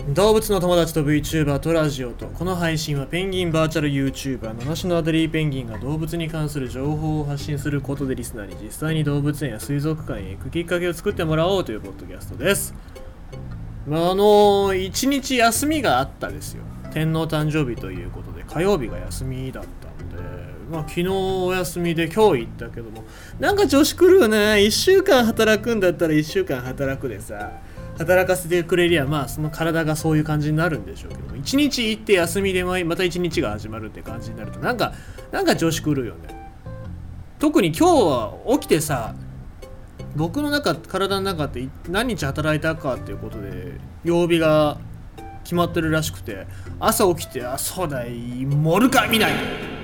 動物の友達と VTuber とラジオと、この配信はペンギンバーチャル YouTuber 七種のアデリーペンギンが動物に関する情報を発信することでリスナーに実際に動物園や水族館へ行くきっかけを作ってもらおうというポッドキャストです。一日休みがあったですよ。天皇誕生日ということで火曜日が休みだったので、昨日お休みで今日行ったけども、なんか調子狂うね。1週間働くんだったら1週間働くでさ、働かせてくれりゃその体がそういう感じになるんでしょうけども、1日行って休みでまた1日が始まるって感じになるとなんか調子狂うよね。特に今日は起きてさ、僕の体の中って何日働いたかっていうことで曜日が決まってるらしくて、朝起きてそうだモルカー見ない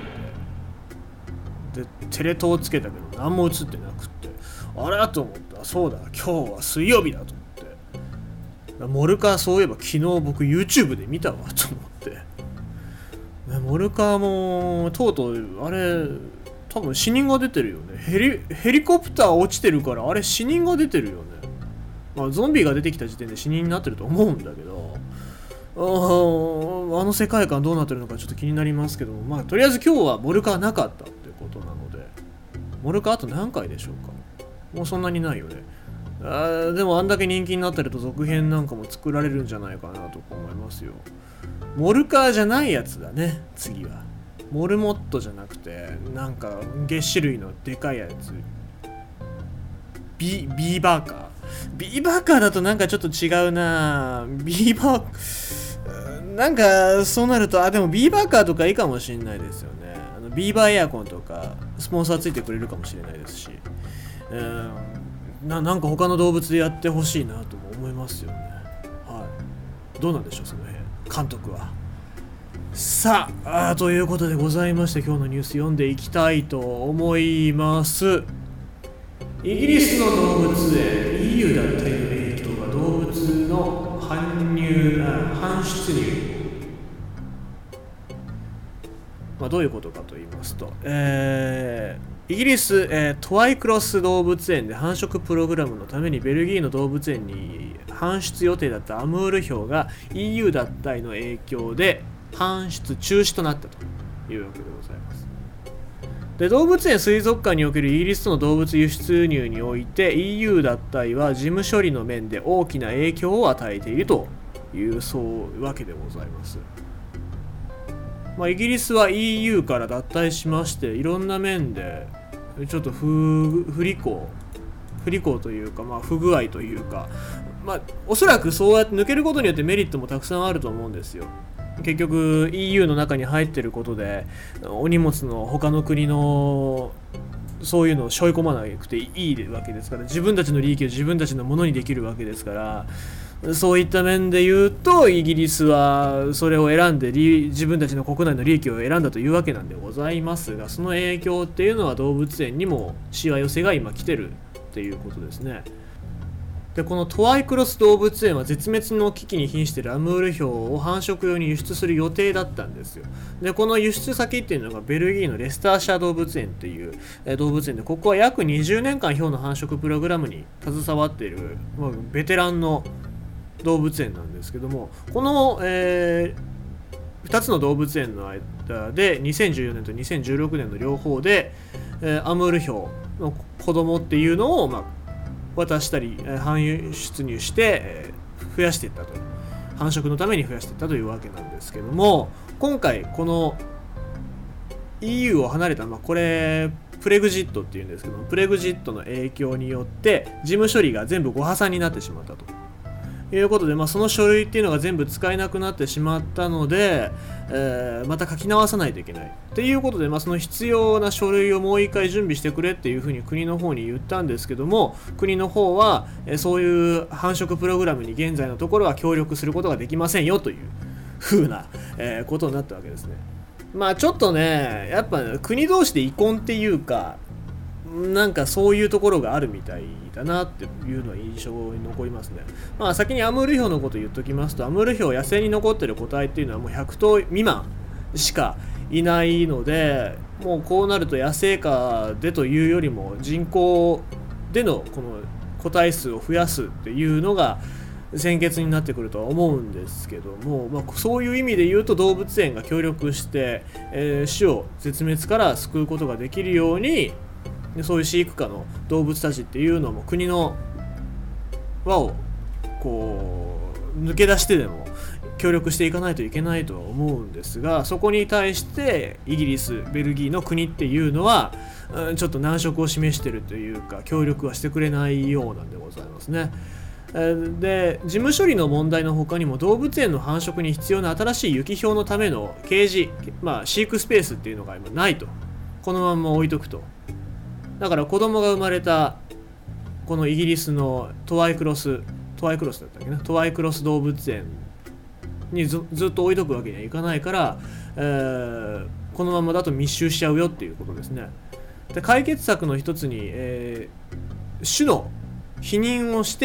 でテレ東つけたけど何も映ってなくって、あれと思った。そうだ、今日は水曜日だと思って、モルカーそういえば昨日僕 YouTube で見たわと思って、モルカーもとうとうあれ多分死人が出てるよね。ヘリコプター落ちてるからあれ死人が出てるよね。ゾンビが出てきた時点で死人になってると思うんだけど、あの世界観どうなってるのかちょっと気になりますけども、とりあえず今日はモルカーなかったってことなので、モルカーあと何回でしょうか。もうそんなにないよね。でもあんだけ人気になってると続編なんかも作られるんじゃないかなと思いますよ。モルカーじゃないやつだね。次はモルモットじゃなくてなんか月種類のでかいやつ、ビーバーカーだとなんかちょっと違うな。ビーバーなんかそうなるとでもビーバーカーとかいいかもしれないですよね。ビーバーエアコンとかスポンサーついてくれるかもしれないですし、なんか他の動物でやってほしいなとも思いますよね。どうなんでしょう、その辺監督は。さあ、ということでございまして、今日のニュース読んでいきたいと思います。イギリスの動物園 EU 脱退の影響が動物の搬出入、どういうことかと言いますと、イギリス、トワイクロス動物園で繁殖プログラムのためにベルギーの動物園に搬出予定だったアムールヒョウが EU 脱退の影響で搬出中止となったというわけでございます。で、動物園水族館におけるイギリスとの動物輸出入において EU 脱退は事務処理の面で大きな影響を与えているというわけでございます。イギリスは EU から脱退しまして、いろんな面でちょっと不利口というか、不具合というか、おそらくそうやって抜けることによってメリットもたくさんあると思うんですよ。結局 EU の中に入ってることでお荷物の他の国のそういうのを背負い込まなくていいわけですから、自分たちの利益を自分たちのものにできるわけですから、そういった面で言うとイギリスはそれを選んで自分たちの国内の利益を選んだというわけなんでございますが、その影響っていうのは動物園にもしわ寄せが今来てるっていうことですね。で、このトワイクロス動物園は絶滅の危機に瀕しているアムールヒョウを繁殖用に輸出する予定だったんですよ。で、この輸出先っていうのがベルギーのレスターシャー動物園っていう動物園で、ここは約20年間ヒョウの繁殖プログラムに携わっている、ベテランの動物園なんですけども、この、2つの動物園の間で2014年と2016年の両方で、アムールヒョウの子供っていうのを渡したり搬出入して増やしていったと、繁殖のために増やしていったというわけなんですけども、今回この EU を離れた、これプレグジットっていうんですけども、プレグジットの影響によって事務処理が全部ご破産になってしまったということで、その書類っていうのが全部使えなくなってしまったので、また書き直さないといけないっていうことで、その必要な書類をもう一回準備してくれっていうふうに国の方に言ったんですけども、国の方はそういう繁殖プログラムに現在のところは協力することができませんよというふうなことになったわけですね。ちょっとね、やっぱ国同士で遺恨っていうか、なんかそういうところがあるみたいだなっていうのは印象に残りますね。先にアムールヒョウのこと言っときますと、アムールヒョウ野生に残ってる個体っていうのはもう100頭未満しかいないので、もうこうなると野生下でというよりも人工でのこの個体数を増やすっていうのが先決になってくるとは思うんですけども、そういう意味で言うと動物園が協力して、種を絶滅から救うことができるように、そういう飼育下の動物たちっていうのも国の輪をこう抜け出してでも協力していかないといけないとは思うんですが、そこに対してイギリス、ベルギーの国っていうのは、ちょっと難色を示しているというか、協力はしてくれないようなんでございますね。で、事務処理の問題の他にも動物園の繁殖に必要な新しい雪氷のためのケージ、飼育スペースっていうのが今ないと。このまま置いとくと。だから子供が生まれたこのイギリスのトワイクロスだったっけな、トワイクロス動物園に ずっと置いとくわけにはいかないから、このままだと密集しちゃうよっていうことですね。で、解決策の一つに、種の否認をして、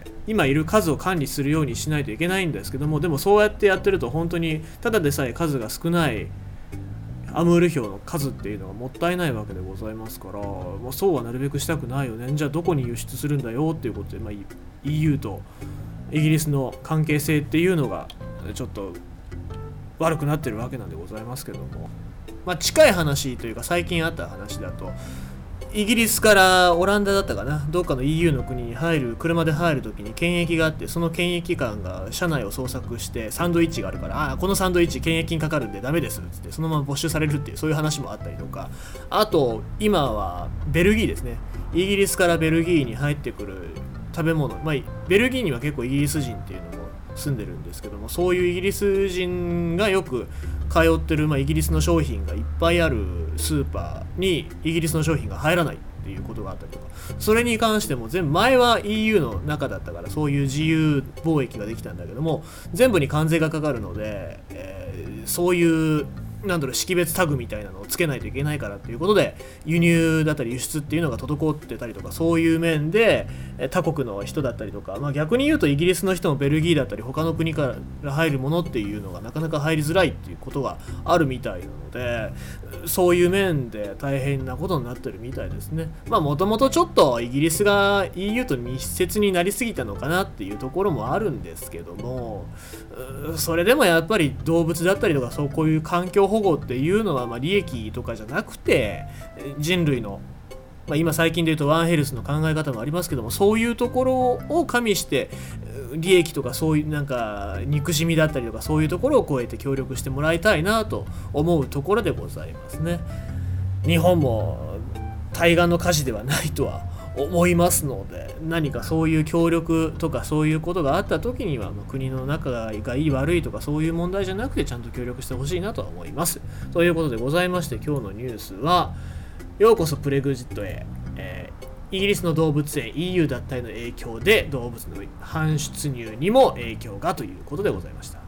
今いる数を管理するようにしないといけないんですけども、でもそうやってやってると本当にただでさえ数が少ないアムールヒョウの数っていうのはもったいないわけでございますから、そうはなるべくしたくないよね。じゃあどこに輸出するんだよっていうことで、EU とイギリスの関係性っていうのがちょっと悪くなってるわけなんでございますけども、近い話というか最近あった話だと、イギリスからオランダだったかな、どっかの EU の国に車で入るときに検疫があって、その検疫官が車内を捜索してサンドイッチがあるから、このサンドイッチ検疫にかかるんでダメですってそのまま没収されるっていう、そういう話もあったりとか、あと今はベルギーですね。イギリスからベルギーに入ってくる食べ物、ベルギーには結構イギリス人っていうのも住んでるんですけども、そういうイギリス人がよく通ってる、イギリスの商品がいっぱいあるスーパーにイギリスの商品が入らないっていうことがあったりとか、それに関しても前は EU の中だったからそういう自由貿易ができたんだけども、全部に関税がかかるので、そういう識別タグみたいなのをつけないといけないからっていうことで、輸入だったり輸出っていうのが滞ってたりとか、そういう面で他国の人だったりとか、逆に言うとイギリスの人もベルギーだったり他の国から入るものっていうのがなかなか入りづらいっていうことがあるみたいなので、そういう面で大変なことになってるみたいですね。もともとちょっとイギリスが EU と密接になりすぎたのかなっていうところもあるんですけども、それでもやっぱり動物だったりとか、こういう環境保護っていうのは利益とかじゃなくて、人類の、今最近で言うとワンヘルスの考え方もありますけども、そういうところを加味して利益とかそういう憎しみだったりとか、そういうところを超えて協力してもらいたいなと思うところでございますね。日本も対岸の火事ではないとは思いますので、何かそういう協力とかそういうことがあった時には、国の仲がいい悪いとかそういう問題じゃなくて、ちゃんと協力してほしいなとは思います。ということでございまして、今日のニュースは、ようこそプレグジットへ、イギリスの動物園 EU 脱退の影響で動物の搬出入にも影響がということでございました。